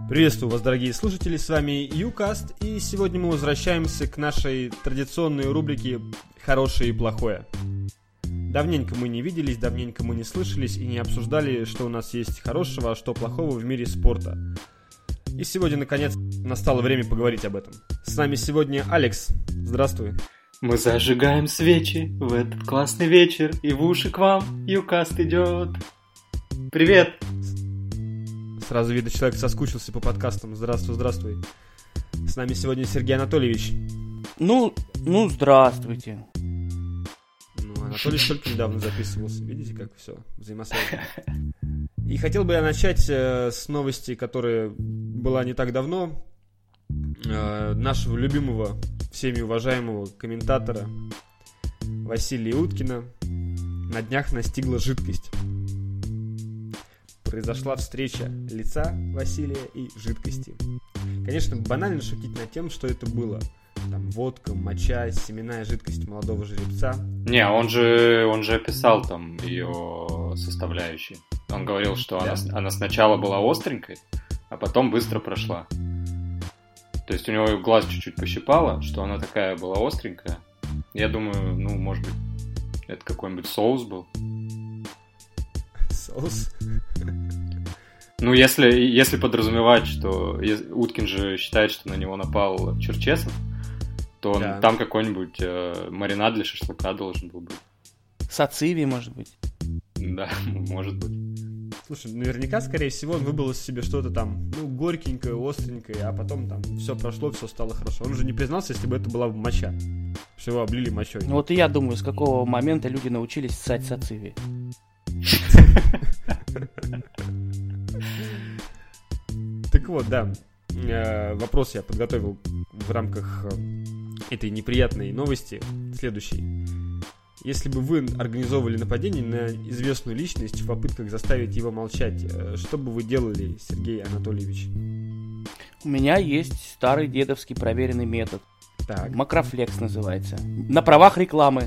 Приветствую вас, дорогие слушатели, с вами YouCast, и сегодня мы возвращаемся к нашей традиционной рубрике «Хорошее и плохое». Давненько мы не виделись, давненько мы не слышались и не обсуждали, что у нас есть хорошего, а что плохого в мире спорта. И сегодня, наконец, настало время поговорить об этом. С нами сегодня Алекс. Здравствуй. Мы зажигаем свечи в этот классный вечер, и в уши к вам YouCast идет. Привет! Сразу видно, человек соскучился по подкастам. Здравствуй. С нами сегодня Сергей Анатольевич. Ну, здравствуйте. Анатольевич только недавно записывался. Видите, как все взаимосвязано. И хотел бы я начать с новости, которая была не так давно. Нашего любимого, всеми уважаемого комментатора Василия Уткина на днях настигла жидкость. Произошла встреча лица Василия и жидкости. Конечно, банально шутить над тем, что это было. Там водка, моча, семенная жидкость молодого жеребца. Не, он же описал там ее составляющие. Он говорил, что она сначала была остренькой, а потом быстро прошла. То есть у него глаз чуть-чуть пощипало, что она такая была остренькая. Я думаю, может быть, это какой-нибудь соус был. Соус? Если подразумевать, что Уткин же считает, что на него напал Черчесов, то да. Там какой-нибудь маринад для шашлыка должен был быть. Сациви, может быть. Да, может быть. Слушай, наверняка, скорее всего, он выбрал из себя что-то там, горькенькое, остренькое, а потом там все прошло, все стало хорошо. Он же не признался, если бы это была моча. Что его облили мочой. Вот и я думаю, с какого момента люди научились ссать сациви. Так вот, да. Вопрос я подготовил в рамках этой неприятной новости. Следующий. Если бы вы организовывали нападение на известную личность в попытках заставить его молчать, что бы вы делали, Сергей Анатольевич? У меня есть старый дедовский проверенный метод. Так. Макрофлекс называется. На правах рекламы.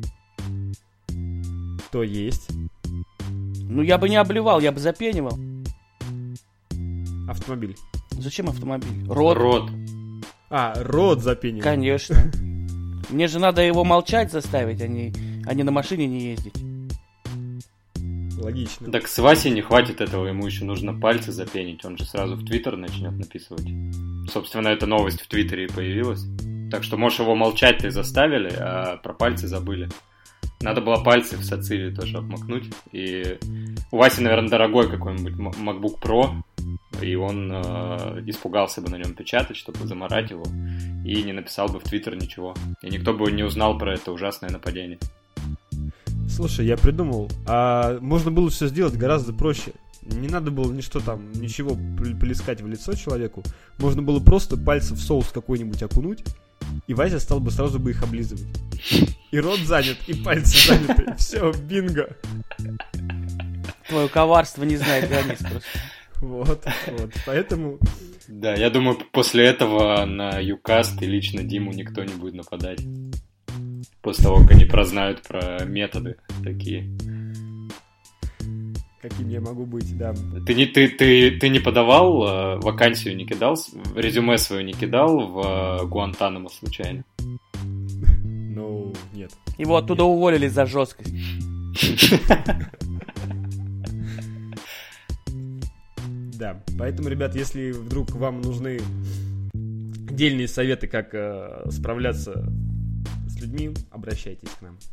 То есть? Я бы не обливал, я бы запенивал. Автомобиль. Зачем автомобиль? Рот. Рот запенивал. Конечно. Мне же надо его молчать заставить, а не на машине не ездить. Логично. Так с Васей не хватит этого, ему еще нужно пальцы запенить, он же сразу в Твиттер начнет написывать. Собственно, эта новость в Твиттере и появилась. Так что, может, его молчать-то и заставили, а про пальцы забыли. Надо было пальцы в сациви тоже обмакнуть. И у Васи, наверное, дорогой какой-нибудь MacBook Pro, и он испугался бы на нем печатать, чтобы замарать его, и не написал бы в Твиттер ничего. И никто бы не узнал про это ужасное нападение. Слушай, я придумал, можно было все сделать гораздо проще. Не надо было ничего плескать в лицо человеку. Можно было просто пальцы в соус какой-нибудь окунуть, и Вася стал бы сразу бы их облизывать. И рот занят, и пальцы заняты. Все, бинго. Твое коварство не знает границ просто. Вот. Поэтому... Да, я думаю, после этого на YouCast и лично Диму никто не будет нападать. После того, как они прознают про методы такие. Каким я могу быть, да. Ты не подавал вакансию, не кидал, резюме свое не кидал в Гуантанамо случайно? Нет. Его оттуда уволили за жесткость. Да, поэтому, ребят, если вдруг вам нужны дельные советы, как справляться с людьми, обращайтесь к нам.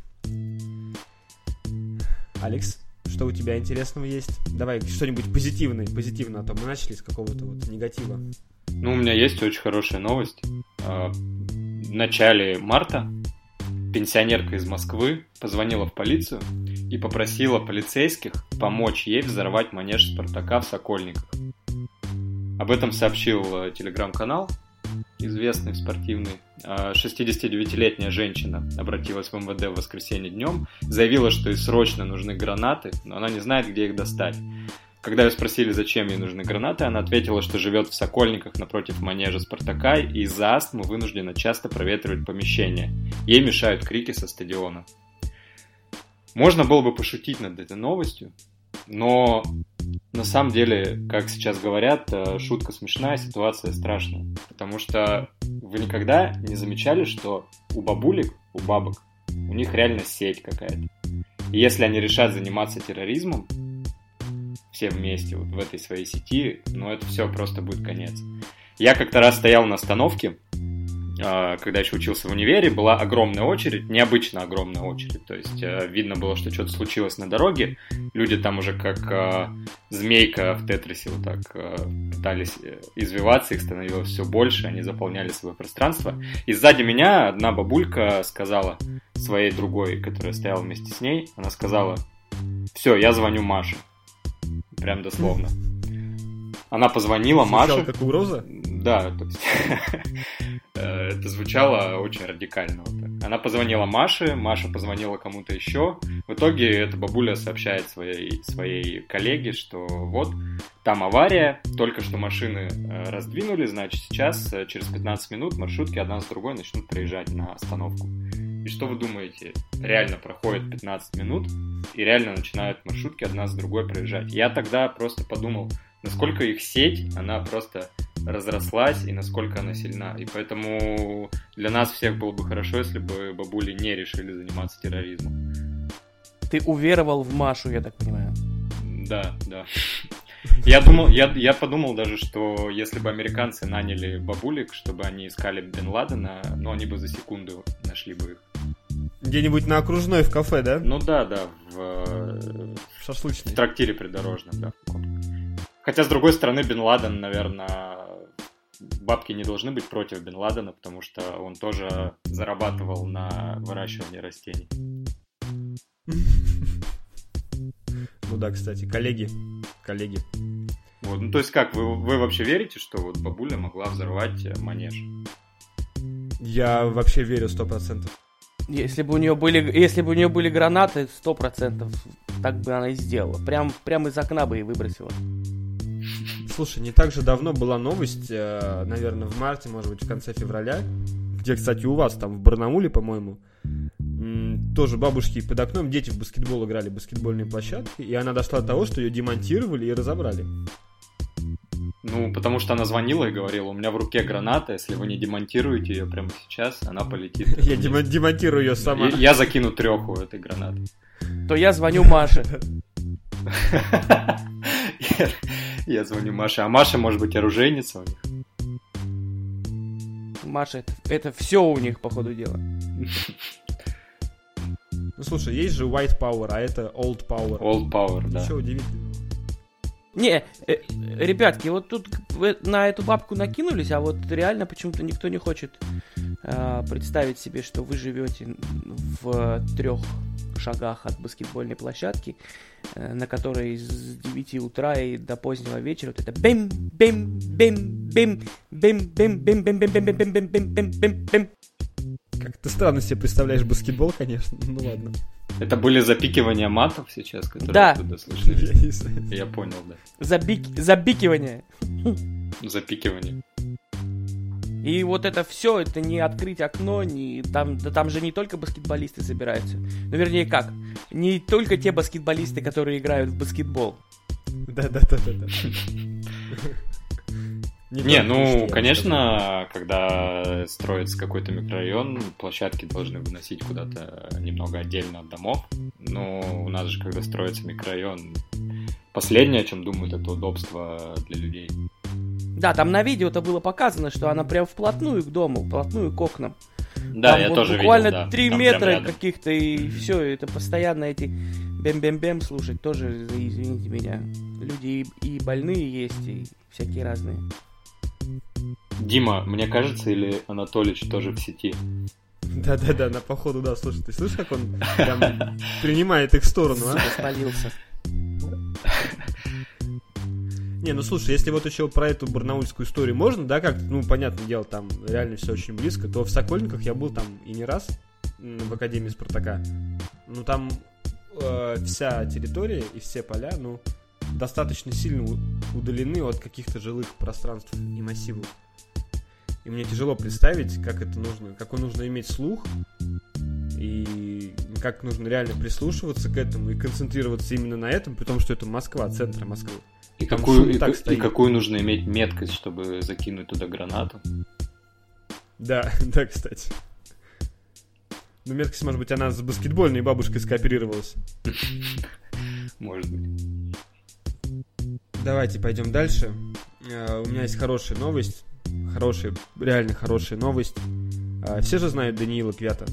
Алекс, что у тебя интересного есть? Давай что-нибудь позитивное, а то мы начали с какого-то негатива. У меня есть очень хорошая новость. В начале марта пенсионерка из Москвы позвонила в полицию и попросила полицейских помочь ей взорвать манеж «Спартака» в Сокольниках. Об этом сообщил телеграм-канал, известный спортивный. 69-летняя женщина обратилась в МВД в воскресенье днем, заявила, что ей срочно нужны гранаты, но она не знает, где их достать. Когда ее спросили, зачем ей нужны гранаты, она ответила, что живет в Сокольниках напротив манежа «Спартака» и из-за астмы вынуждена часто проветривать помещение. Ей мешают крики со стадиона. Можно было бы пошутить над этой новостью, но на самом деле, как сейчас говорят, шутка смешная, ситуация страшная. Потому что вы никогда не замечали, что у бабулек, у бабок, у них реально сеть какая-то. И если они решат заниматься терроризмом, все вместе вот в этой своей сети, ну это все просто будет конец. Я как-то раз стоял на остановке, когда еще учился в универе, была огромная очередь, необычно огромная очередь, то есть видно было, что что-то случилось на дороге, люди там уже как змейка в Тетрисе вот так пытались извиваться, их становилось все больше, они заполняли свое пространство, и сзади меня одна бабулька сказала своей другой, которая стояла вместе с ней, она сказала: «Все, я звоню Маше». Прям дословно. Она позвонила Маше. Звучало как угроза? Да, то есть это звучало очень радикально. Вот так. Она позвонила Маше, Маша позвонила кому-то еще. В итоге эта бабуля сообщает своей коллеге, что вот там авария, только что машины раздвинули, значит сейчас через 15 минут маршрутки одна с другой начнут приезжать на остановку. И что вы думаете? Реально проходит 15 минут, и реально начинают маршрутки одна с другой проезжать. Я тогда просто подумал, насколько их сеть, она просто разрослась, и насколько она сильна. И поэтому для нас всех было бы хорошо, если бы бабули не решили заниматься терроризмом. Ты уверовал в Машу, я так понимаю. Да. Я подумал даже, что если бы американцы наняли бабулек, чтобы они искали Бен Ладена, ну, они бы за секунду нашли бы их. Где-нибудь на окружной в кафе, да? Ну да, в шашлычный. В трактире придорожном, да. Хотя, с другой стороны, Бен Ладен, наверное, бабки не должны быть против Бен Ладена, потому что он тоже зарабатывал на выращивании растений. Ну да, кстати, коллеги. Вот, ну то есть как, вы вообще верите, что вот бабуля могла взорвать манеж? Я вообще верю 100%. Если бы у нее были гранаты, 100%, так бы она и сделала. Прям из окна бы и выбросила. Слушай, не так же давно была новость, наверное, в марте, может быть, в конце февраля, где, кстати, у вас там в Барнауле, по-моему, тоже бабушки под окном, дети в баскетбол играли, баскетбольные площадки, и она дошла до того, что ее демонтировали и разобрали. Ну, потому что она звонила и говорила: у меня в руке граната, если вы не демонтируете ее прямо сейчас, она полетит. Я демонтирую ее сама. Я закину 3 этой гранаты. То я звоню Маше. Я звоню Маше. А Маша, может быть, оружейница у них? Маша, это все у них, по ходу дела. Ну, слушай, есть же white power, а это old power. Old power, да. Ничего удивительного. Не, ребятки, вот тут на эту бабку накинулись, а вот реально почему-то никто не хочет представить себе, что вы живете в 3 шагах от баскетбольной площадки, на которой с 9 утра и до позднего вечера вот это бим-бим-бим-бим-бим-бим-бим-бим-бим-бим-бим-бим-бим-бим. Как ты странно себе представляешь баскетбол, конечно, ну ладно. Это были запикивания матов сейчас, которые да. оттуда слышали? Я понял, да. Забикивание. Запикивание. И вот это все, это не открыть окно, там же не только баскетболисты собираются. Ну, вернее, как? Не только те баскетболисты, которые играют в баскетбол. Да. Не, ну, конечно, когда строится какой-то микрорайон, площадки должны выносить куда-то немного отдельно от домов. Но у нас же, когда строится микрорайон, последнее, о чем думают, это удобство для людей. Да, там на видео-то было показано, что она прям вплотную к дому, вплотную к окнам. Да, там я вот тоже буквально видел, да. 3 Там метра каких-то, и все, это постоянно эти бэм-бэм-бэм слушать, тоже, извините меня. Люди и больные есть, и всякие разные. Дима, мне кажется, или Анатолич тоже в сети? Да, на походу, да, слушай, ты слышишь, как он прям принимает их сторону, а? Спалился. Не, ну слушай, если вот еще про эту барнаульскую историю можно, да, как, ну, понятное дело, там реально все очень близко, то в Сокольниках я был там и не раз в Академии Спартака. Ну, там вся территория и все поля, ну, достаточно сильно удалены от каких-то жилых пространств и массивов. И мне тяжело представить, какой нужно иметь слух и как нужно реально прислушиваться к этому и концентрироваться именно на этом, при том, что это Москва, центр Москвы. И какую нужно иметь меткость, чтобы закинуть туда гранату? Да, кстати. Ну, меткость, может быть, она с баскетбольной бабушкой скооперировалась. Может быть. Давайте пойдем дальше. У меня есть хорошая новость. Реально хорошая новость. Все же знают Даниила Квята.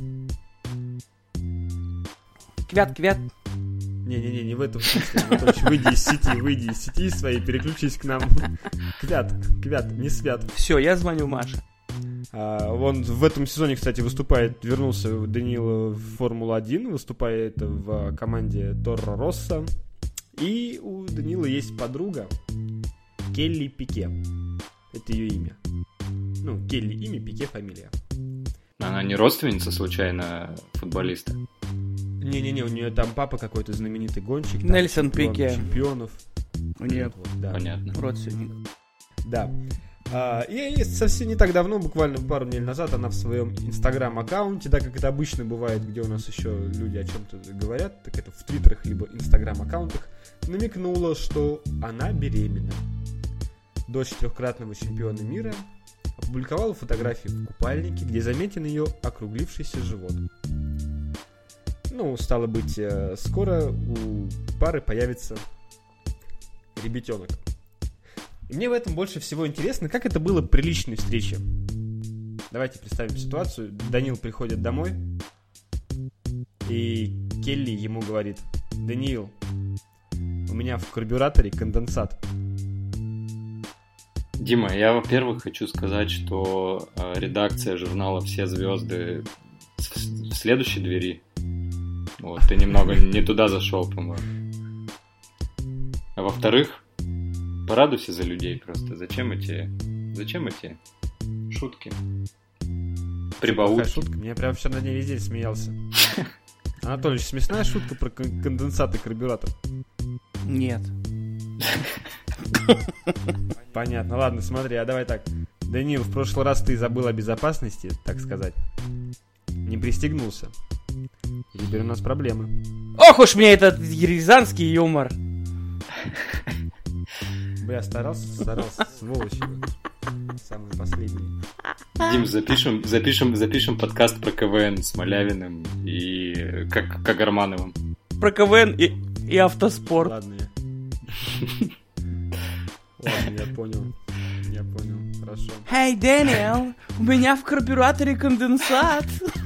Квят. Не в этом смысле. Анатольевич, выйди из сети своей, переключись к нам. Квят, не свят. Все, я звоню Маше. Он в этом сезоне, кстати, вернулся Даниил в Формулу-1, выступает в команде Торро Росса. И у Даниила есть подруга Келли Пике. Это ее имя. Ну, Келли имя, Пике фамилия. Она не родственница, случайно, футболиста? Не-не-не, у нее там папа какой-то знаменитый гонщик. Нельсон Пике. Чемпионов. Нет. Вот, да. Понятно. Родственник. Да. И совсем не так давно, буквально пару недель назад, она в своем инстаграм-аккаунте, да, как это обычно бывает, где у нас еще люди о чем-то говорят, так это в твиттерах либо инстаграм-аккаунтах, намекнула, что она беременна. Дочь 3-кратного чемпиона мира опубликовала фотографию в купальнике, где заметен ее округлившийся живот. Ну, стало быть, скоро у пары появится ребятенок. И мне в этом больше всего интересно, как это было при личной встрече. Давайте представим ситуацию. Даниил приходит домой, и Келли ему говорит: Даниил, у меня в карбюраторе конденсат. Дима, я, во-первых, хочу сказать, что редакция журнала «Все звезды» в следующей двери. Вот, ты немного не туда зашел, по-моему. А во-вторых, порадуйся за людей просто. Зачем эти шутки? Прибаутки. Какая шутка? Я прям вчера на ней весь день смеялся. Анатольевич, смешная шутка про конденсат и карбюратор? Нет. Понятно. Ладно, смотри, давай так. Даниил, в прошлый раз ты забыл о безопасности, так сказать. Не пристегнулся. И теперь у нас проблемы. Ох уж мне этот рязанский юмор. Я старался, сволочь. Самый последний. Дим, запишем подкаст про КВН с Малявиным и Кагармановым. Про КВН и автоспорт. Ладно, я понял, хорошо. Hey, Дэниел, у меня в карбюраторе конденсат.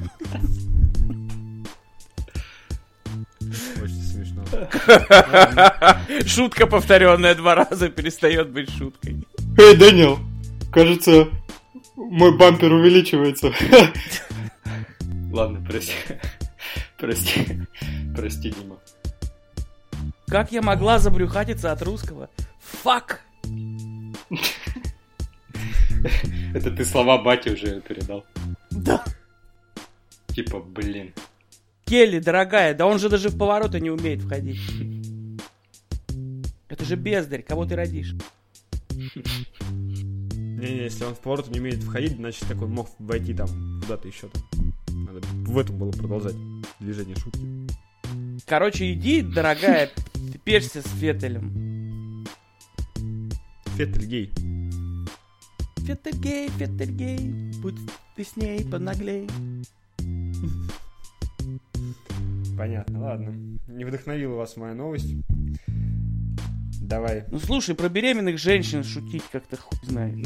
Очень смешно. Шутка, повторенная 2 раза, перестает быть шуткой. Эй, Дэниел, кажется, мой бампер увеличивается. Ладно, прости, Дима. Как я могла забрюхатиться от русского? Фак! Это ты слова бати уже передал. Да. Типа, блин. Келли, дорогая, да он же даже в повороты не умеет входить. Это же бездарь, кого ты родишь? Не, если он в поворот не умеет входить, значит, как он мог войти там куда-то еще там. Надо в этом было продолжать движение шутки. Короче, иди, дорогая, пешься с Феттелем. Феттель гей. Феттель гей, будь ты с ней понаглей. Понятно, ладно. Не вдохновила вас моя новость. Давай. Ну слушай, про беременных женщин шутить как-то хуй знает.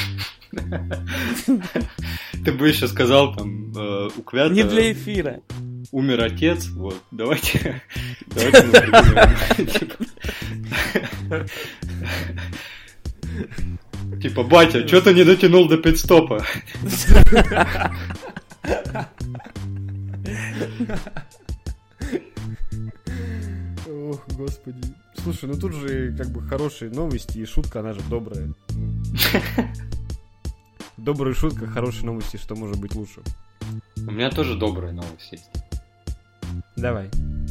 Ты бы еще сказал там у Квята... Не для эфира. Умер отец, вот, давайте мы придумаем. Типа, батя, что ты не дотянул до пит-стопа? Ох, господи. Слушай, ну тут же как бы хорошие новости, и шутка, она же добрая. Добрая шутка, хорошие новости, что может быть лучше? У меня тоже добрая новость есть. Давай.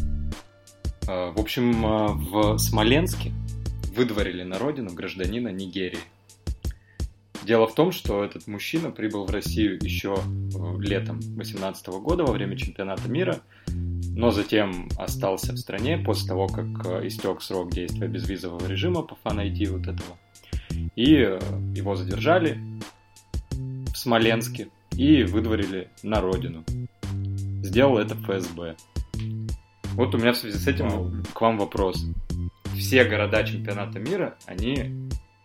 В общем, в Смоленске выдворили на родину гражданина Нигерии. Дело в том, что этот мужчина прибыл в Россию еще летом 2018 года во время чемпионата мира, но затем остался в стране после того, как истек срок действия безвизового режима по Fan-ID вот этого. И его задержали в Смоленске и выдворили на родину. Сделал это ФСБ. Вот у меня в связи с этим к вам вопрос. Все города чемпионата мира, они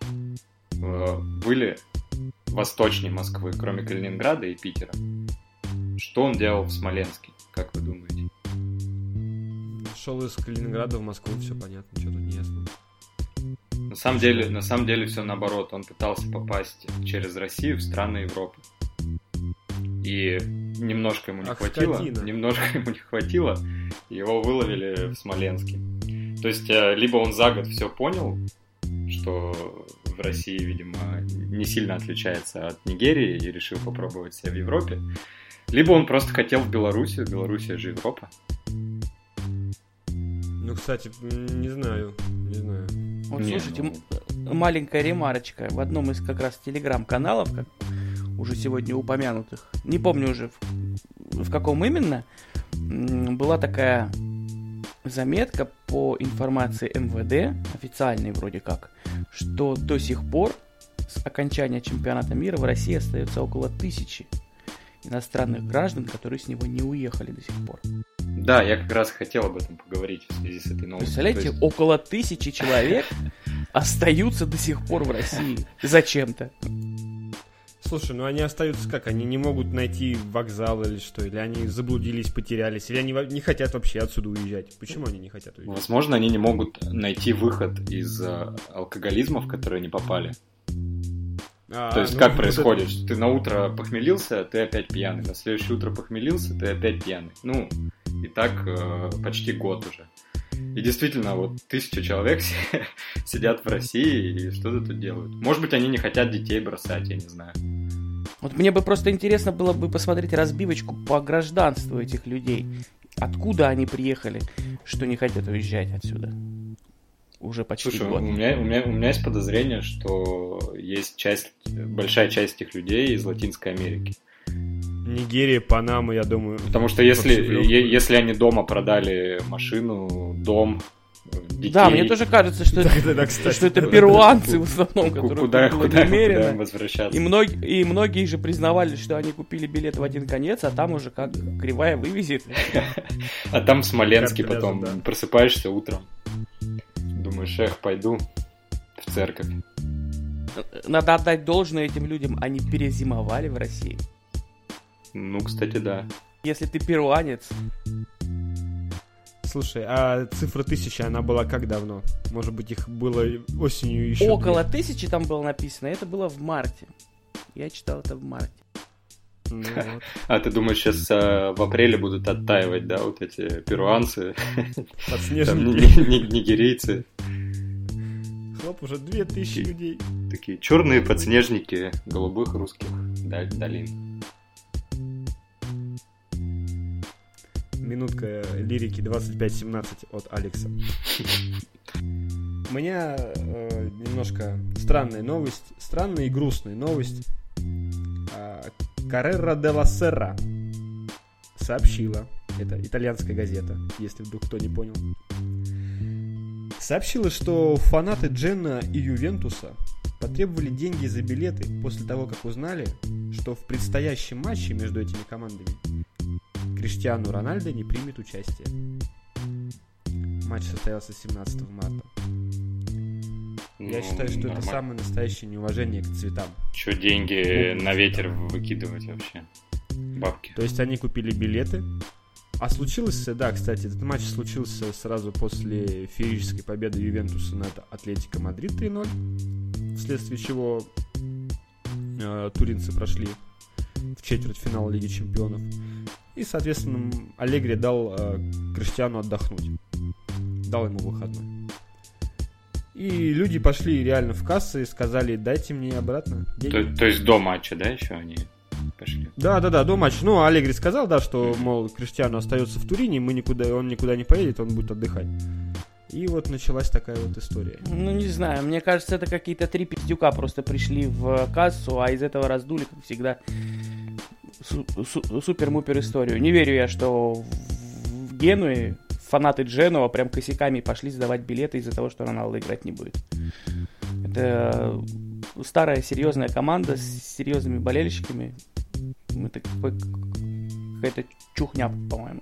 были восточнее Москвы, кроме Калининграда и Питера. Что он делал в Смоленске, как вы думаете? Шел из Калининграда в Москву, все понятно, что тут не ясно. На самом деле все наоборот. Он пытался попасть через Россию в страны Европы. И немножко ему не хватило, и его выловили в Смоленске. То есть, либо он за год все понял, что в России, видимо, не сильно отличается от Нигерии, и решил попробовать себя в Европе, либо он просто хотел в Белоруссию. Белоруссия же Европа. Ну, кстати, не знаю. Вот, слушайте, маленькая ремарочка. В одном из как раз телеграм-каналов, как уже сегодня упомянутых, не помню уже в каком именно, была такая заметка по информации МВД, официальной вроде как, что до сих пор с окончания чемпионата мира в России остается около 1000 иностранных граждан, которые с него не уехали до сих пор. Да, я как раз хотел об этом поговорить в связи с этой новостью. Представляете, около 1000 человек остаются до сих пор в России. Зачем-то. Слушай, ну они остаются как? Они не могут найти вокзал или что? Или они заблудились, потерялись? Или они не хотят вообще отсюда уезжать? Почему они не хотят уезжать? Возможно, они не могут найти выход из алкоголизма, в который они попали. То есть, как происходит? Это... Ты на утро похмелился, ты опять пьяный. На следующее утро похмелился, ты опять пьяный. Ну, и так почти год уже. И действительно, вот 1000 человек сидят в России и что-то тут делают. Может быть, они не хотят детей бросать, я не знаю. Вот мне бы просто интересно было бы посмотреть разбивочку по гражданству этих людей. Откуда они приехали, что не хотят уезжать отсюда? Уже почти Слушай, год. У меня есть подозрение, что есть большая часть этих людей из Латинской Америки. Нигерия, Панама, я думаю. Потому что если они дома продали машину, дом, детей... Да, мне тоже кажется, что это перуанцы в основном, которые куда им возвращаться. И многие же признавали, что они купили билет в один конец, а там уже как кривая вывезет. А там в Смоленске потом просыпаешься утром. Думаешь, пойду в церковь. Надо отдать должное этим людям, они перезимовали в России. Ну, кстати, да. Если ты перуанец... Слушай, а цифра 1000, она была как давно? Может быть, их было осенью еще? Около 1000 там было написано, это было в марте. Я читал это в марте. Ну, вот. А ты думаешь, сейчас в апреле будут оттаивать, да, вот эти перуанцы, нигерийцы? Хлоп, уже 2000 людей. Такие черные подснежники голубых русских долин. Минутка лирики 25:17 от Алекса. У меня немножко странная и грустная новость. Corriere della Sera сообщила, это итальянская газета, если вдруг кто не понял, сообщила, что фанаты Дженна и Ювентуса потребовали деньги за билеты после того, как узнали, что в предстоящем матче между этими командами Криштиану Рональдо не примет участие. Матч состоялся 17 марта. Я считаю, что это самое настоящее неуважение к цветам. Что деньги на ветер выкидывать вообще? Бабки. То есть они купили билеты. А случилось, да, кстати, этот матч случился сразу после феерической победы Ювентуса над Атлетико Мадрид 3-0, вследствие чего туринцы прошли в четвертьфинал Лиги Чемпионов. И, соответственно, Аллегри дал Криштиану отдохнуть. Дал ему выходной. И люди пошли реально в кассы и сказали: дайте мне обратно деньги. То есть до матча, да, еще они пошли? Да, до матча. Ну, Аллегри сказал, да, что, мол, Криштиану остается в Турине, он никуда не поедет, он будет отдыхать. И вот началась такая вот история. Ну, не знаю, мне кажется, это какие-то 3 пиздюка просто пришли в кассу, а из этого раздули, как всегда, супер-мупер историю. Не верю я, что в Генуи, фанаты Дженуа прям косяками пошли сдавать билеты из-за того, что Роналдо играть не будет. Это старая серьезная команда с серьезными болельщиками. Это какая-то чухня, по-моему.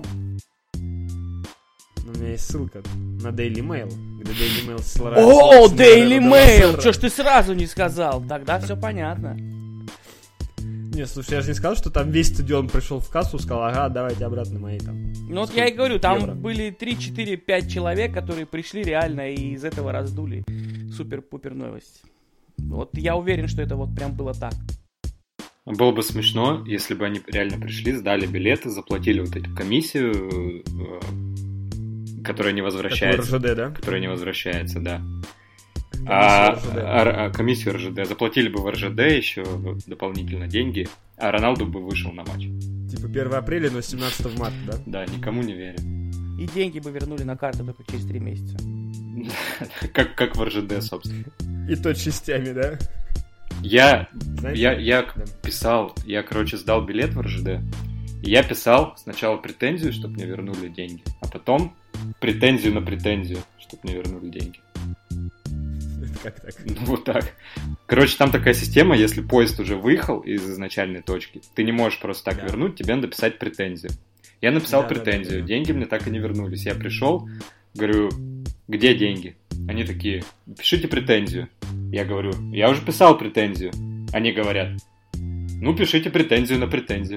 У меня есть ссылка на Daily Mail, где Daily Mail ссылает... О, Daily Mail! Чё ж ты сразу не сказал? Тогда все понятно. Не, слушай, я же не сказал, что там весь стадион пришел в кассу, сказал, ага, давайте обратно мои там. Ну вот я и говорю, там евро. были 3, 4, 5 человек, которые пришли реально и из этого раздули. Супер-пупер новость. Вот я уверен, что это вот прям было так. Было бы смешно, если бы они реально пришли, сдали билеты, заплатили вот эту комиссию, которая не возвращается. РЖД, да? Которая не возвращается, да. Комиссию Комиссию РЖД. Заплатили бы в РЖД еще дополнительно деньги, а Роналду бы вышел на матч. Типа 1 апреля, но 17 марта, да? Да, никому не верю. И деньги бы вернули на карту только через 3 месяца. Как в РЖД, собственно. И то частями, да? Я Да. писал, сдал билет в РЖД, и я писал сначала претензию, чтобы мне вернули деньги, а потом претензию на претензию, чтобы мне вернули деньги. Как так? Ну, вот так. Короче, там такая система, если поезд уже выехал из изначальной точки, ты не можешь просто так вернуть, тебе надо писать претензию. Я написал претензию, деньги мне так и не вернулись. Я пришел, говорю, где деньги? Они такие, пишите претензию. Я говорю, я уже писал претензию. Они говорят, ну, пишите претензию на претензию.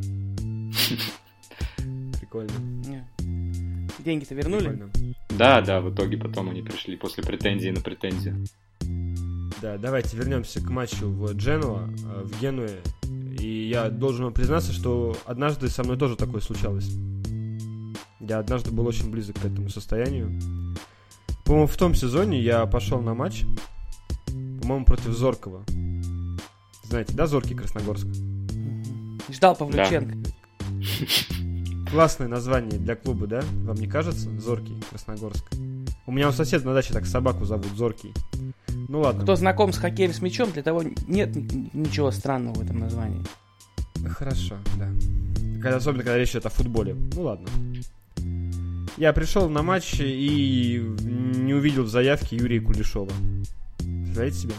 Прикольно. Деньги-то вернули? Прикольно. Да, в итоге потом они пришли после претензии на претензию. Да, давайте вернемся к матчу в Дженуа, в Генуе. И я должен вам признаться, что однажды со мной тоже такое случалось. Я однажды был очень близок к этому состоянию. По-моему, в том сезоне я пошел на матч, по-моему, против Зоркова. Знаете, да, Зоркий Красногорск? Ждал Павлюченко. Да. Классное название для клуба, да? Вам не кажется? Зоркий Красногорск. У меня у соседа на даче так собаку зовут Зоркий. Ну ладно. Кто знаком с хоккеем с мячом, для того нет ничего странного в этом названии. Хорошо, да. Особенно, когда речь идет о футболе. Ну ладно. Я пришел на матч и не увидел в заявке Юрия Кулешова. Представляете себе?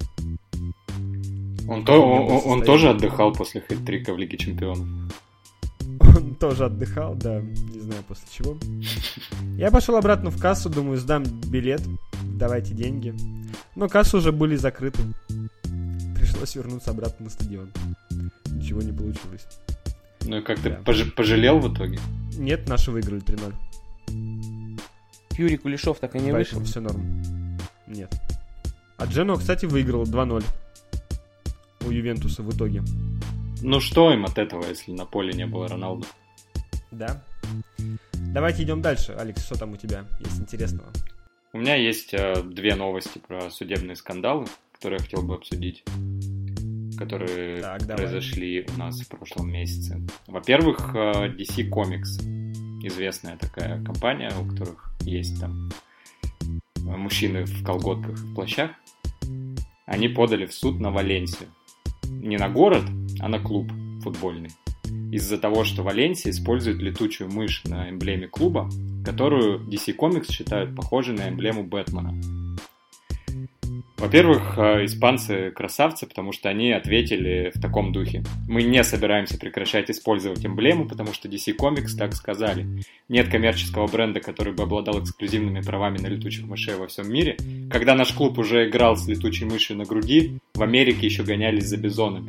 Он тоже отдыхал после хэт-трика в Лиге Чемпионов. Он тоже отдыхал, да, не знаю после чего. Я пошел обратно в кассу, думаю, сдам билет, давайте деньги. Но кассы уже были закрыты. Пришлось вернуться обратно на стадион. Ничего не получилось. Ну и как ты пожалел в итоге? Нет, наши выиграли 3-0. Юрий Кулешов так и не вышел. Поэтому все норм. Нет. А Дженуа, кстати, выиграл 2-0 у Ювентуса в итоге. Ну что им от этого, если на поле не было Роналду? Да. Давайте идем дальше. Алекс, что там у тебя есть интересного? У меня есть 2 новости про судебные скандалы, которые я хотел бы обсудить, которые произошли у нас в прошлом месяце. Во-первых, DC Comics, известная такая компания, у которых есть там мужчины в колготках, в плащах. Они подали в суд на Валенсию. Не на город, а на клуб футбольный. Из-за того, что Валенсия использует летучую мышь на эмблеме клуба, которую DC Comics считают похожей на эмблему Бэтмена. Во-первых, испанцы красавцы, потому что они ответили в таком духе. Мы не собираемся прекращать использовать эмблему, потому что DC Comics так сказали. Нет коммерческого бренда, который бы обладал эксклюзивными правами на летучих мышей во всем мире. Когда наш клуб уже играл с летучей мышью на груди, в Америке еще гонялись за бизонами.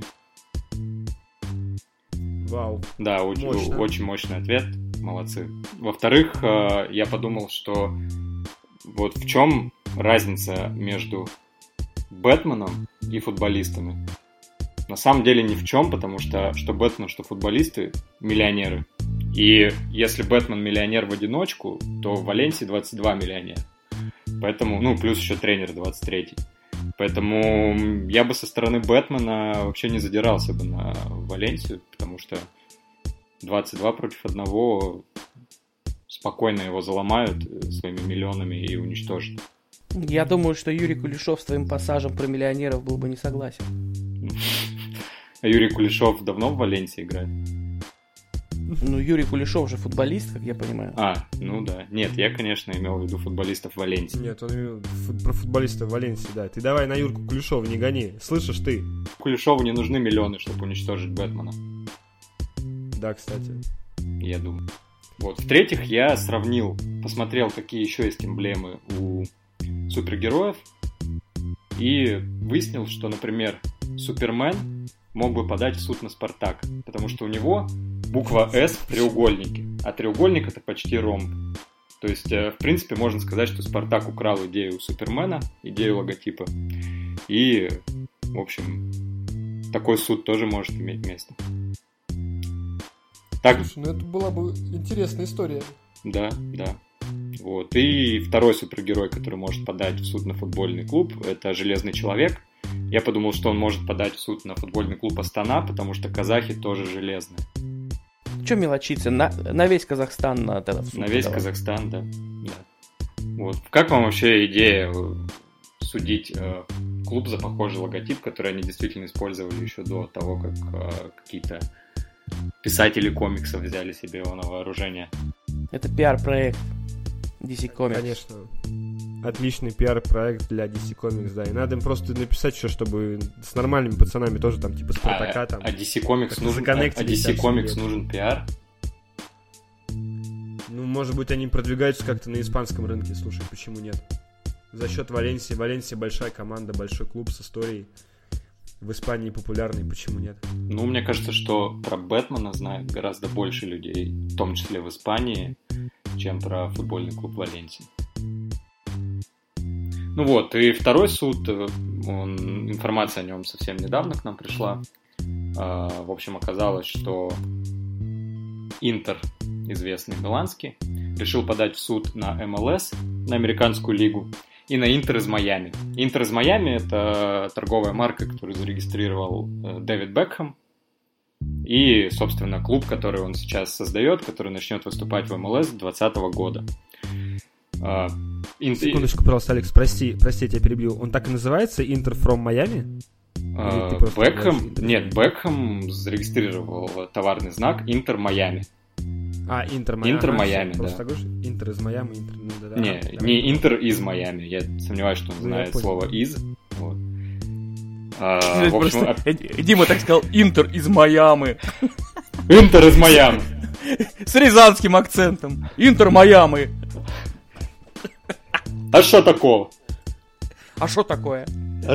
Вау. Да, очень мощный ответ. Молодцы. Во-вторых, я подумал, что вот в чем разница между Бэтменом и футболистами. На самом деле ни в чем, потому что Бэтмен, что футболисты миллионеры. И если Бэтмен миллионер в одиночку, то в Валенсии 22 миллионера. Поэтому, ну, плюс еще тренер 23. Поэтому я бы со стороны Бэтмена вообще не задирался бы на Валенсию, потому что 22 против 1 спокойно его заломают своими миллионами и уничтожат. Я думаю, что Юрий Кулешов с твоим пассажем про миллионеров был бы не согласен. А Юрий Кулешов давно в Валенсии играет? Ну, Юрий Кулешов же футболист, как я понимаю. Ну да. Нет, я, конечно, имел в виду футболистов Валенсии. Нет, он имел про футболиста Валенсии, да. Ты давай на Юрку Кулешова не гони. Слышишь ты? Кулешову не нужны миллионы, чтобы уничтожить Бэтмена. Да, кстати. Я думаю. Вот. В-третьих, я посмотрел, какие еще есть эмблемы у супергероев, и выяснил, что, например, Супермен мог бы подать в суд на Спартак, потому что у него буква «С» в треугольнике, а треугольник — это почти ромб. То есть, в принципе, можно сказать, что Спартак украл идею Супермена, идею логотипа, и, в общем, такой суд тоже может иметь место. Так... Слушай, ну это была бы интересная история. Да. Вот. И второй супергерой, который может подать в суд на футбольный клуб, это Железный Человек. Я подумал, что он может подать в суд на футбольный клуб Астана, потому что казахи тоже железные. Че мелочиться? На весь Казахстан надо в суд На весь подавать. Казахстан, да. Вот. Как вам вообще идея судить клуб за похожий логотип, который они действительно использовали еще до того, как какие-то писатели комиксов взяли себе его на вооружение? Это пиар-проект DC Comics. Конечно. Отличный пиар-проект для DC Comics, да. И надо им просто написать еще, чтобы с нормальными пацанами тоже там, типа Спартака там. А DC Comics нужен пиар? Ну, может быть, они продвигаются как-то на испанском рынке, слушай, почему нет? За счет Валенсии. Валенсия большая команда, большой клуб с историей. В Испании популярный, почему нет? Ну, мне кажется, что про Бэтмена знают гораздо больше людей, в том числе в Испании, чем про футбольный клуб Валенсии. Ну вот, и второй суд, информация о нем совсем недавно к нам пришла. В общем, оказалось, что Интер, известный миланский, решил подать в суд на МЛС, на американскую лигу, и на Интер из Майами. Интер из Майами — это торговая марка, которую зарегистрировал Дэвид Бекхэм. И, собственно, клуб, который он сейчас создает, который начнет выступать в МЛС 2020 года. Секундочку, пожалуйста, Алекс, прости, я тебя перебью. Он так и называется? Интер from Miami? Бекхэм зарегистрировал товарный знак Интер Майами. Интер Майами. Интер Майами, да. Просто такой же? Интер из Майами, Интер... Ну, да, не Интер из Майами. Я сомневаюсь, что он знает слово «из». Вот. В общем, Дима так сказал: Интер из Майами. Интер из Майами. С рязанским акцентом. Интер Майами. А что такого? А что такое?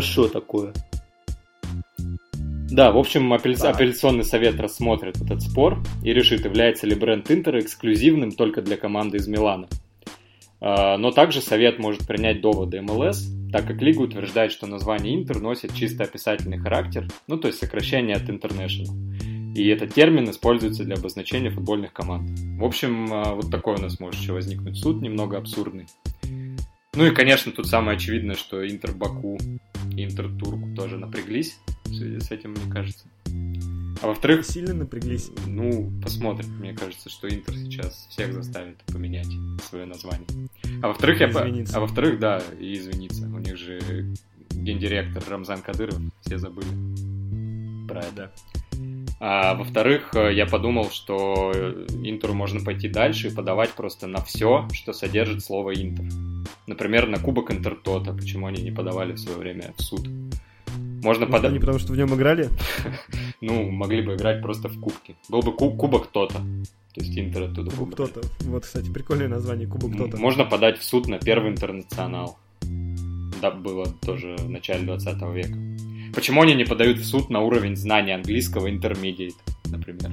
Да, в общем, апелляционный совет рассмотрит этот спор и решит, является ли бренд Интера эксклюзивным только для команды из Милана. Но также совет может принять доводы МЛС, так как лига утверждает, что название Интер носит чисто описательный характер, ну то есть сокращение от International. И этот термин используется для обозначения футбольных команд. В общем, вот такой у нас может еще возникнуть суд, немного абсурдный. Ну и, конечно, тут самое очевидное, что Интер Баку и Интер Турку тоже напряглись в связи с этим, мне кажется. А во-вторых... Сильно напряглись? Ну, посмотрим. Мне кажется, что Интер сейчас всех заставит поменять свое название. А во-вторых, да, и извиниться. У них же гендиректор Рамзан Кадыров, все забыли про это. Да. А во-вторых, я подумал, что Интеру можно пойти дальше и подавать просто на все, что содержит слово Интер. Например, на кубок Интертота. Почему они не подавали в свое время в суд? Можно подать... Не потому, что в нем играли? Ну, могли бы играть просто в кубке. Был бы кубок Тота. То есть Интер оттуда Кубок Тота. Вот, кстати, прикольное название, Кубок Тота. Можно подать в суд на первый интернационал. Да, было тоже в начале 20 века. Почему они не подают в суд на уровень знания английского Intermediate, например?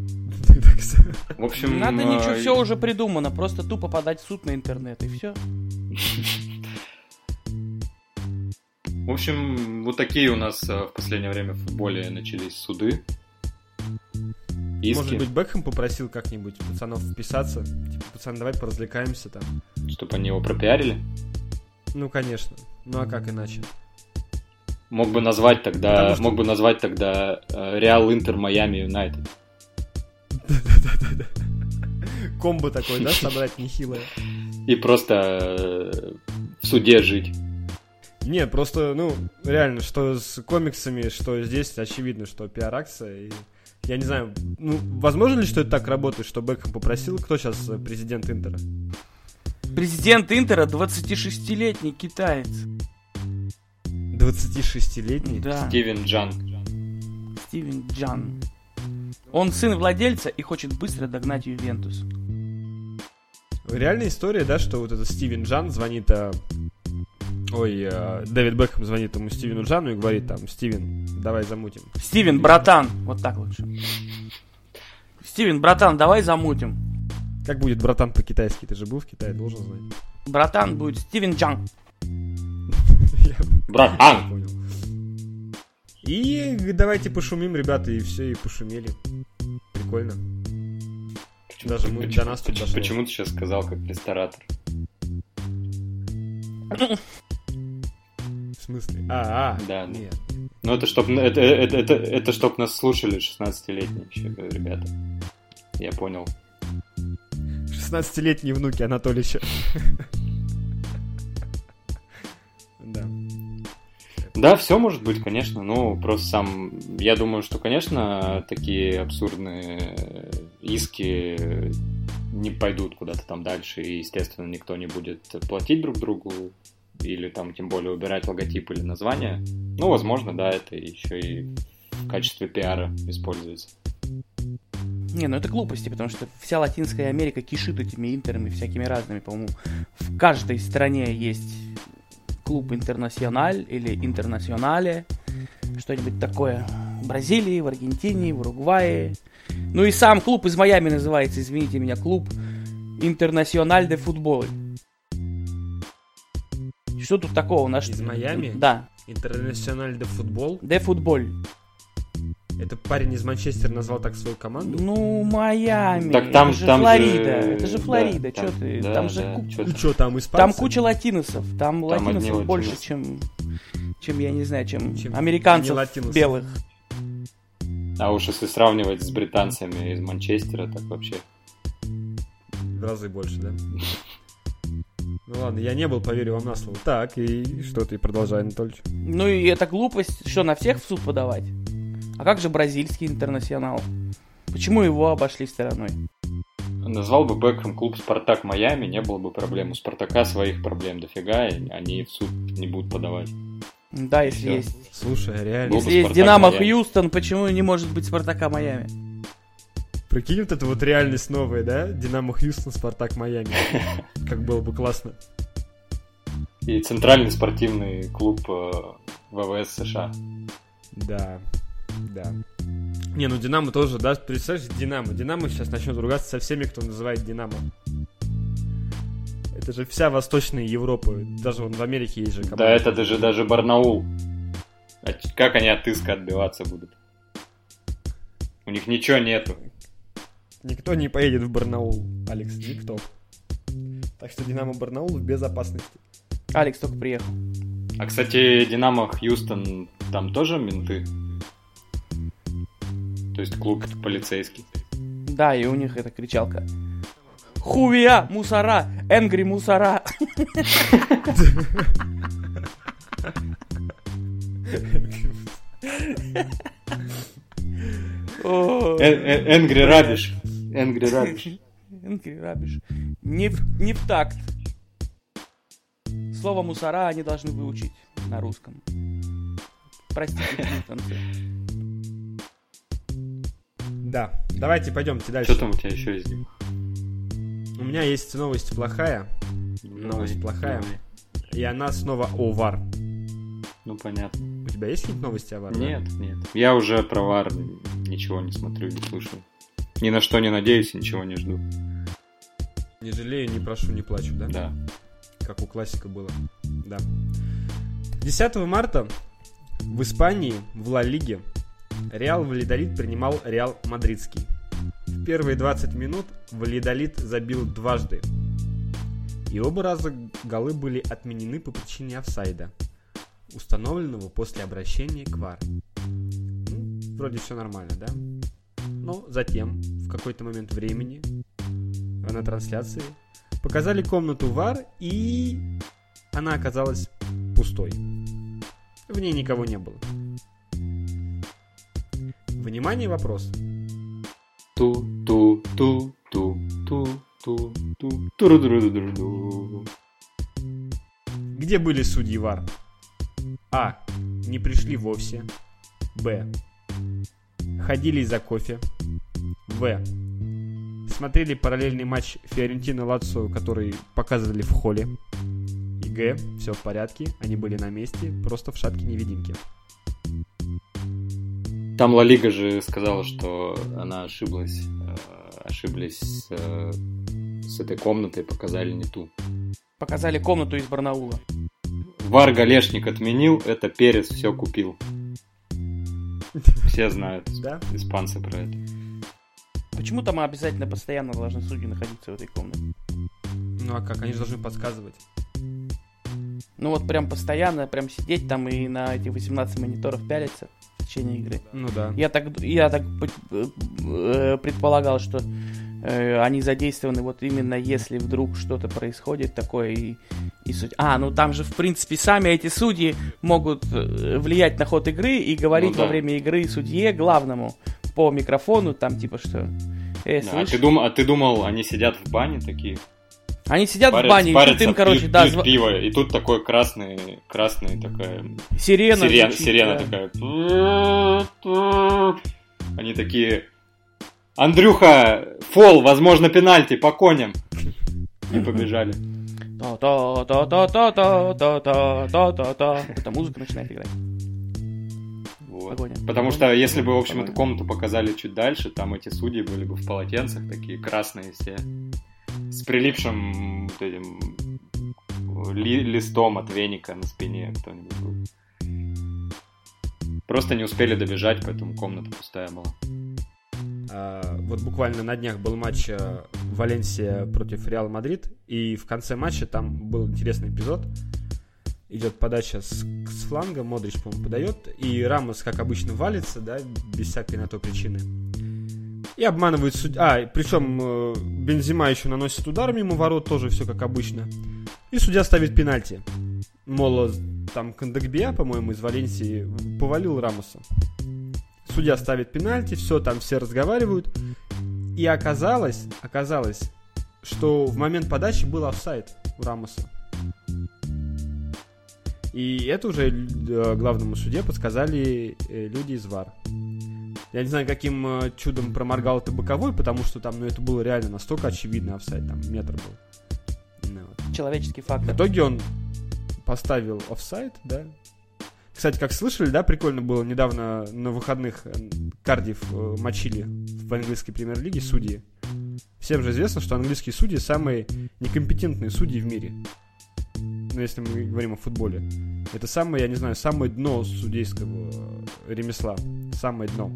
В общем... Надо ничего, все уже придумано. Просто тупо подать в суд на интернет, и все. В общем, вот такие у нас в последнее время в футболе начались суды. Иски. Может быть, Бекхэм попросил как-нибудь пацанов вписаться? Типа, пацаны, давай поразвлекаемся там. Чтобы они его пропиарили? Ну, конечно. Ну, а как иначе? Мог бы назвать тогда Реал Интер Майами Юнайтед. Да. Комбо такой, да, собрать нехилое. И просто в суде жить. Не, просто, реально, что с комиксами, что здесь, очевидно, что пиар-акция. И Я не знаю, возможно ли, что это так работает, что Бекхэм попросил? Кто сейчас президент Интера? Президент Интера 26-летний китаец. 26-летний? Да. Стивен Джан. Стивен Джан. Он сын владельца и хочет быстро догнать Ювентус. Реальная история, да, что вот этот Стивен Джан звонит... Дэвид Бекхэм звонит ему Стивену Джану и говорит там: Стивен, давай замутим. Стивен, братан. Вот так лучше. Стивен, братан, давай замутим. Как будет братан по-китайски? Ты же был в Китае, должен знать. Братан будет Стивен Джан. Братан! Понял. И давайте пошумим, ребята, и все, и пошумели. Прикольно. Даже мы до нас тут дошло. Почему ты сейчас сказал как ресторатор? В смысле? Да. Нет. Ну это чтоб нас слушали 16-летние еще, ребята. Я понял. 16-летние внуки Анатолича. Да. Да, все может быть, конечно. Ну, просто сам... Я думаю, что, конечно, такие абсурдные иски не пойдут куда-то там дальше. И, естественно, никто не будет платить друг другу. Или там, тем более, убирать логотип или название. Ну, возможно, да, это еще и в качестве пиара используется. Не, ну это глупости, потому что вся Латинская Америка кишит этими интерами всякими разными, по-моему. В каждой стране есть клуб Интернациональ или Интернационале, что-нибудь такое. В Бразилии, в Аргентине, в Уругвае. Ну и сам клуб из Майами называется, извините меня, клуб Интернациональ де Футбол. Что тут такого? Из Майами? Да. Интернациональ де Футбол? Де Футбол. Это парень из Манчестера назвал так свою команду? Ну, Майами. Так там, это же там Флорида. Же... Это же Флорида. Да, Чё ты? Да, там же что там, испанцы? Там куча латиносов. Там латиносов одни больше, латиносы. чем я не знаю, чем американцев белых. А уж если сравнивать с британцами из Манчестера, так вообще. В разы больше, да? Ну ладно, я не был, поверю вам на слово. Так, и что ты, продолжай, Анатольевич. Ну и это глупость, что на всех в суд подавать? А как же бразильский интернационал? Почему его обошли стороной? Назвал бы Бекхэм клуб «Спартак Майами», не было бы проблем. У «Спартака» своих проблем дофига, и они в суд не будут подавать. Да, если Всё. есть. Слушай, реально. Если есть «Динамо» Хьюстон, почему не может быть «Спартака Майами»? Прикинь, вот это вот реальность новая, да? «Динамо Хьюстон», «Спартак Майами». Как было бы классно. И Центральный спортивный клуб ВВС США. Да. Не, ну «Динамо» тоже, да? Представляешь, «Динамо». «Динамо» сейчас начнет ругаться со всеми, кто называет «Динамо». Это же вся Восточная Европа. Даже вон в Америке есть же команда. Да, это даже Барнаул. А как они от Иска отбиваться будут? У них ничего нету. Никто не поедет в Барнаул, Алекс, никто. Так что «Динамо» Барнаул в безопасности. Алекс только приехал. А, кстати, «Динамо» Хьюстон, там тоже менты? То есть клуб полицейский. Да, и у них эта кричалка. Хувия, мусора, энгри мусора. Энгри Рабиш. Энгри Рабиш. Не в такт. Слово мусора они должны выучить на русском. Простите, хьюстонцы. Да, давайте пойдемте дальше. Что там у тебя еще есть? У меня есть новость плохая. Новость плохая. И она снова о ВАР. Ну, понятно. У тебя есть какие-то новости о ВАР? Нет. Я уже про ВАР ничего не смотрю, не слушаю. Ни на что не надеюсь, ничего не жду. Не жалею, не прошу, не плачу, да? Да. Как у классика было. Да. 10 марта в Испании, в Ла Лиге, Реал Вальядолид принимал Реал Мадридский. В первые 20 минут Вальядолид забил дважды. И оба раза голы были отменены по причине офсайда, установленного после обращения к ВАР. Вроде все нормально, да? Но затем, в какой-то момент времени, на трансляции, показали комнату ВАР, и она оказалась пустой. В ней никого не было. Внимание, вопрос. Где были судьи ВАР? А. Не пришли вовсе. Б. Ходили за кофе. В. Смотрели параллельный матч Фиорентина-Лацио, который показывали в холле. И Г. Все в порядке, они были на месте, просто в шапке-невидимке. Там Ла Лига же сказала, что она ошиблась с этой комнатой, показали не ту. Показали комнату из Барнаула. ВАР Галешник отменил, это Перес все купил. Все знают, да? Испанцы про это. Почему там обязательно постоянно должны судьи находиться в этой комнате? Ну а как, они же должны подсказывать. Ну вот прям постоянно, прям сидеть там и на эти 18 мониторов пялиться в течение игры. Ну да. Я так предполагал, что они задействованы вот именно если вдруг что-то происходит такое и суть. Ну там же в принципе сами эти судьи могут влиять на ход игры и говорить во время игры судье главному по микрофону, там типа что... А ты думал, они сидят в бане такие? Они сидят в бане, и тут им, короче, пьют пиво, и тут такой красный такая... Сирена такая... Они такие... Андрюха, фол, возможно, пенальти, по коням. И побежали. Это музыка начинает играть. Вот. Потому что если бы, в общем, эту комнату показали чуть дальше, там эти судьи были бы в полотенцах, такие красные все, с прилипшим вот этим листом от веника на спине кто-нибудь был. Просто не успели добежать, поэтому комната пустая была. Вот буквально на днях был матч Валенсия против Реал Мадрид, и в конце матча там был интересный эпизод. Идет подача с фланга, Модрич, по-моему, подает, и Рамос, как обычно, валится, да, без всякой на то причины. И обманывает судью. Причем Бензема еще наносит удар мимо ворот, тоже все как обычно. И судья ставит пенальти. Мол, там Кондогбеа, по-моему, из Валенсии повалил Рамоса. Судья ставит пенальти, все, там все разговаривают. И оказалось, что в момент подачи был офсайд у Рамоса. И это уже главному судье подсказали люди из ВАР. Я не знаю, каким чудом проморгал это боковой, потому что там, это было реально настолько очевидно офсайд, там метр был. Человеческий фактор. В итоге он поставил офсайд, да. Кстати, как слышали, да, прикольно было недавно на выходных Кардифф мочили в английской премьер-лиге судьи. Всем же известно, что английские судьи самые некомпетентные судьи в мире. Ну, если мы говорим о футболе. Это самое, я не знаю, самое дно судейского ремесла. Самое дно.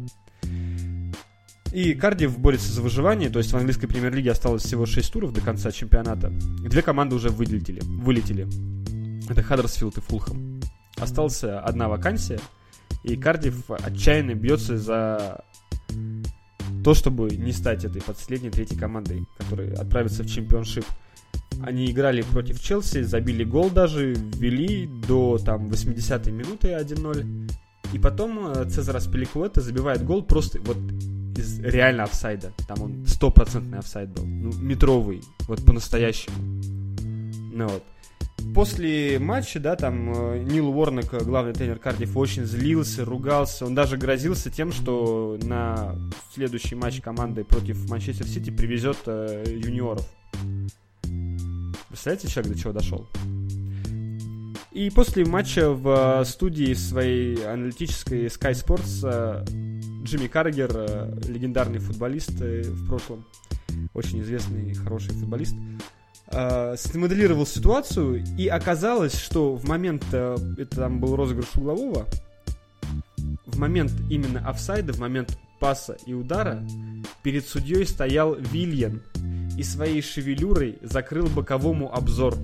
И Кардифф борется за выживание, то есть в английской премьер-лиге осталось всего 6 туров до конца чемпионата. 2 команды уже вылетели. Это Хаддерсфилд и Фулхэм. Осталась одна вакансия, и Кардифф отчаянно бьется за то, чтобы не стать этой последней, третьей командой, которая отправится в чемпионшип. Они играли против Челси, забили гол даже, ввели до 80-й минуты 1-0. И потом Цезар Аспиликуэта забивает гол просто вот из реально офсайда. Там он 100% офсайд был. Метровый. Вот по-настоящему. Вот. После матча, да, там Нил Уорнок, главный тренер Кардиффа, очень злился, ругался. Он даже грозился тем, что на следующий матч команды против Манчестер Сити привезет юниоров. Представляете, человек до чего дошел? И после матча в студии своей аналитической Sky Sports Джимми Каррагер, легендарный футболист в прошлом, очень известный и хороший футболист, смоделировал ситуацию, и оказалось, что в момент, это там был розыгрыш углового, в момент именно офсайда, в момент паса и удара, перед судьей стоял Вильян и своей шевелюрой закрыл боковому обзор.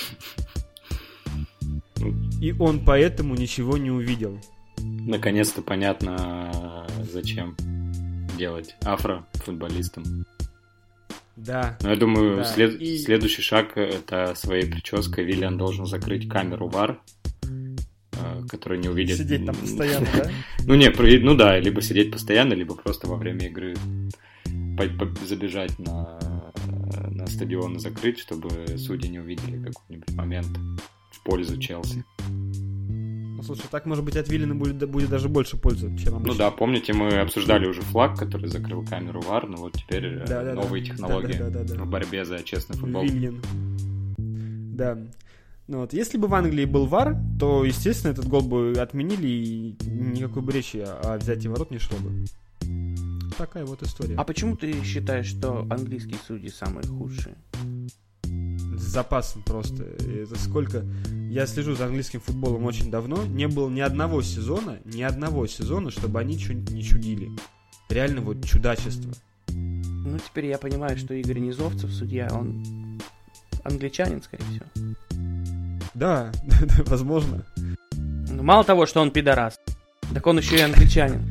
И он поэтому ничего не увидел. Наконец-то понятно, зачем делать афро-футболистам. Да. Но я думаю, да. Следующий шаг — это своей прической Виллиан должен закрыть камеру ВАР, который не увидит... Сидеть там постоянно, да? Ну да, либо сидеть постоянно, либо просто во время игры забежать на стадион и закрыть, чтобы судьи не увидели какой-нибудь момент в пользу Челси. Ну, слушай, так, может быть, от Виллина будет даже больше пользы, чем обычно. Ну да, помните, мы обсуждали уже флаг, который закрыл камеру ВАР, но вот теперь новые технологии в борьбе за честный футбол. Виллин. Да. Ну вот, если бы в Англии был ВАР, то, естественно, этот гол бы отменили, и никакой бы речи о взятии ворот не шло бы. Такая вот история. А почему ты считаешь, что английские судьи самые худшие? С запасом просто. Это сколько... Я слежу за английским футболом очень давно. Не было ни одного сезона, чтобы они что-нибудь не чудили. Реально вот чудачество. Ну, теперь я понимаю, что Игорь Низовцев, судья, он англичанин, скорее всего. Да, возможно. Ну, мало того, что он пидорас, так он еще и англичанин.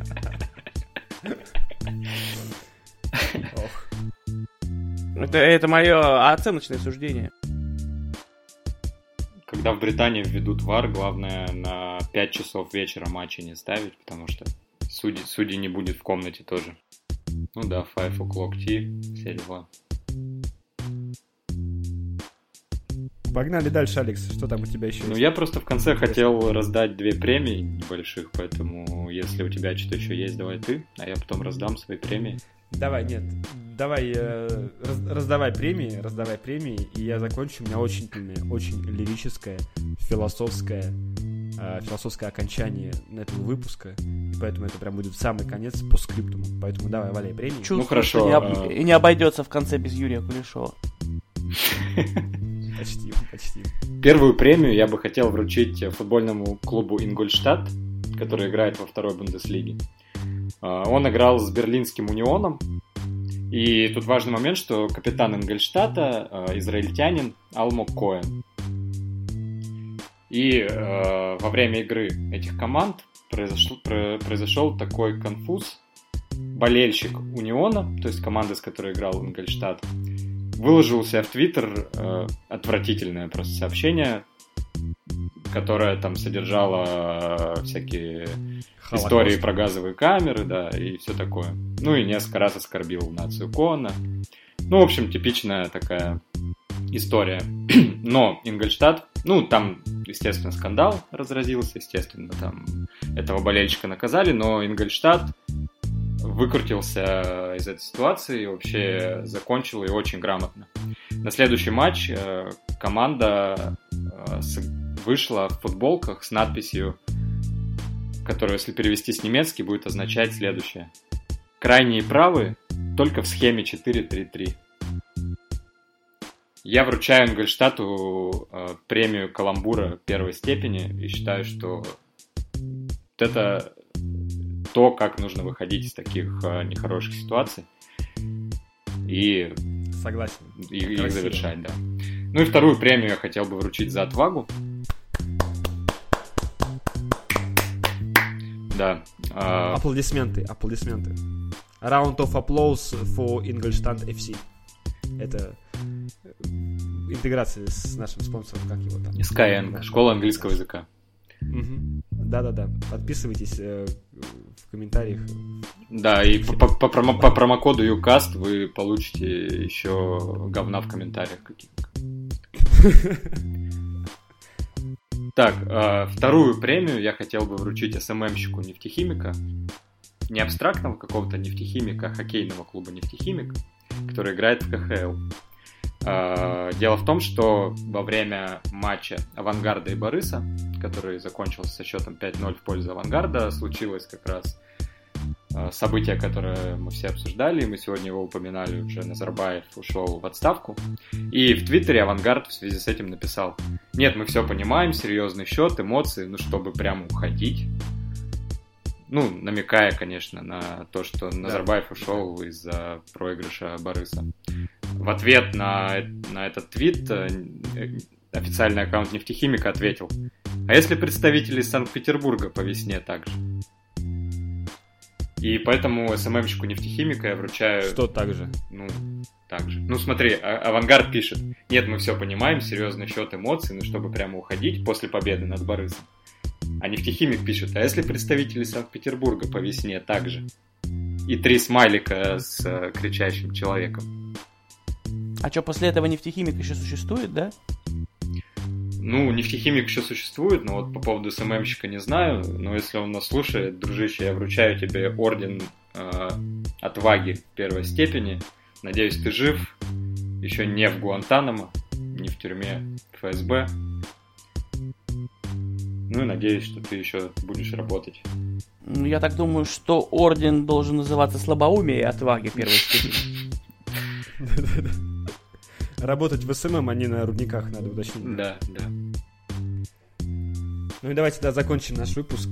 Это мое оценочное суждение. Когда в Британии введут ВАР, главное на 5 часов вечера матчи не ставить, потому что судьи не будет в комнате тоже. Ну да, 5 o'clock tea, все дела. Погнали дальше, Алекс. Что там у тебя еще есть? Ну, я просто в конце хотел раздать 2 премии небольших, поэтому если у тебя что-то еще есть, давай ты, а я потом раздам свои премии. Давай раздавай премии, и я закончу. У меня очень лирическое, философское окончание этого выпуска, и поэтому это прям будет в самый конец по скриптуму. Поэтому давай, валяй премии. Чувствую, ну хорошо. И не обойдется в конце без Юрия Кулешова. Почти. Первую премию я бы хотел вручить футбольному клубу Ингольштадт, который играет во второй Бундеслиге. Он играл с Берлинским Унионом. И тут важный момент, что капитан Ингольштадта израильтянин Алмок Коэн. И во время игры этих команд произошел такой конфуз. Болельщик Униона, то есть команды, с которой играл Ингольштадт, выложил у себя в Твиттер отвратительное просто сообщение, которое там содержало всякие истории про газовые камеры, да, и все такое. Ну и несколько раз оскорбил нацию Коэна. Ну, в общем, типичная такая история. Но Ингольштадт, ну, там, естественно, скандал разразился, естественно, там этого болельщика наказали, но Ингольштадт выкрутился из этой ситуации и вообще закончил ее очень грамотно. На следующий матч команда вышла в футболках с надписью, которую, если перевести с немецки, будет означать следующее. Крайние правые только в схеме 4-3-3. Я вручаю Ингольштадту премию каламбура первой степени и считаю, что это то, как нужно выходить из таких нехороших ситуаций и согласен. И их завершать, да. Ну и вторую премию я хотел бы вручить за отвагу. Да. Аплодисменты. Round of applause for Ingolstadt FC. Это интеграция с нашим спонсором, как его там? Skyeng, школа английского языка. Угу. Да. Подписывайтесь в комментариях. Да, и по промокоду YouCast вы получите еще говна в комментариях каких-то. Так, вторую премию я хотел бы вручить СММщику нефтехимика. Не абстрактного какого-то нефтехимика, а хоккейного клуба «Нефтехимик», который играет в КХЛ. Дело в том, что во время матча «Авангарда» и «Бориса», который закончился со счетом 5-0 в пользу «Авангарда», случилось как раз событие, которое мы все обсуждали, и мы сегодня его упоминали уже. Назарбаев ушел в отставку. И в Твиттере «Авангард» в связи с этим написал: «Нет, мы все понимаем, серьезный счет, эмоции, ну чтобы прямо уходить». Ну, намекая, конечно, на то, что Назарбаев ушел из-за проигрыша Бориса. В ответ на этот твит официальный аккаунт «Нефтехимика» ответил: «А если представители из Санкт-Петербурга по весне также?» И поэтому СММщику «Нефтехимика» я вручаю... Что так же? Ну, так же. Ну, смотри, «Авангард» пишет: «Нет, мы все понимаем, серьезный счет, эмоций, ну, чтобы прямо уходить после победы над Борисом». А «Нефтехимик» пишет: «А если представители Санкт-Петербурга по весне также?» и 3 смайлика с кричащим человеком. А что, после этого нефтехимик еще существует, да? Ну, нефтехимик еще существует, но вот по поводу СММщика не знаю. Но если он нас слушает, дружище, я вручаю тебе орден отваги 1 степени. Надеюсь, ты жив. Еще не в Гуантанамо, не в тюрьме ФСБ. Ну и надеюсь, что ты еще будешь работать. Ну, я так думаю, что орден должен называться слабоумие и отваги 1 степени. Работать в СММ, а не на рудниках, надо уточнить. Да. Ну и давайте, закончим наш выпуск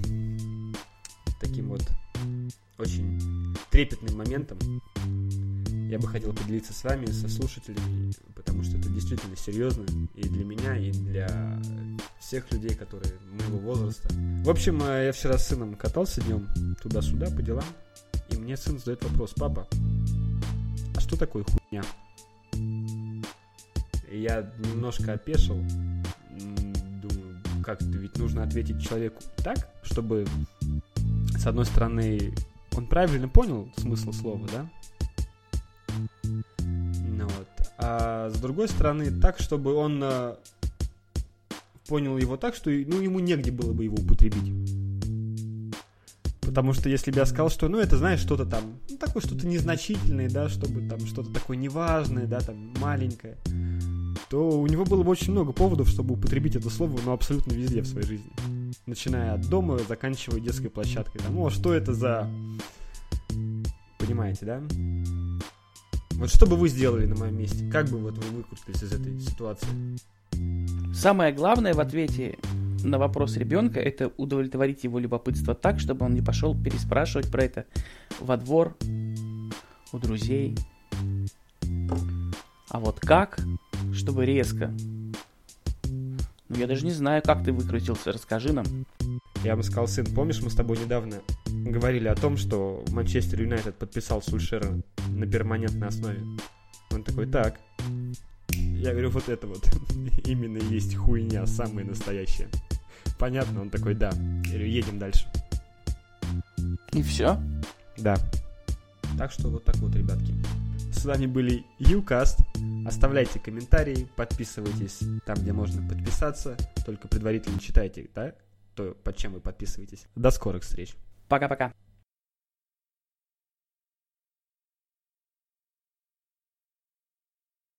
таким вот очень трепетным моментом. Я бы хотел поделиться с вами, со слушателями, потому что это действительно серьезно и для меня, и для всех людей, которые моего возраста. В общем, я вчера с сыном катался днем туда-сюда по делам, и мне сын задает вопрос: папа, а что такое хуйня? И я немножко опешил, думаю, как-то ведь нужно ответить человеку так, чтобы, с одной стороны, он правильно понял смысл слова, да? Ну вот. А с другой стороны, так, чтобы он понял его так, что ему негде было бы его употребить. Потому что если бы я сказал, что, это, знаешь, что-то там, такое что-то незначительное, да, чтобы там что-то такое неважное, да, там, маленькое, то у него было бы очень много поводов, чтобы употребить это слово, абсолютно везде в своей жизни. Начиная от дома, заканчивая детской площадкой. Там, что это за... Понимаете, да? Вот что бы вы сделали на моем месте? Как бы вы выкрутились из этой ситуации? Самое главное в ответе на вопрос ребенка — это удовлетворить его любопытство так, чтобы он не пошел переспрашивать про это во двор, у друзей. А вот как? Чтобы резко. Я даже не знаю, как ты выкрутился. Расскажи нам. Я бы сказал: сын, помнишь, мы с тобой недавно говорили о том, что Манчестер Юнайтед подписал Сульшера на перманентной основе? Он такой: так. Я говорю: вот это вот именно и есть хуйня, самая настоящая. Понятно? Он такой: да. Я говорю: едем дальше. И все? Да. Так что вот так вот, ребятки. С вами были YouCast. Оставляйте комментарии, подписывайтесь там, где можно подписаться. Только предварительно читайте, да, то, под чем вы подписываетесь. До скорых встреч. Пока-пока.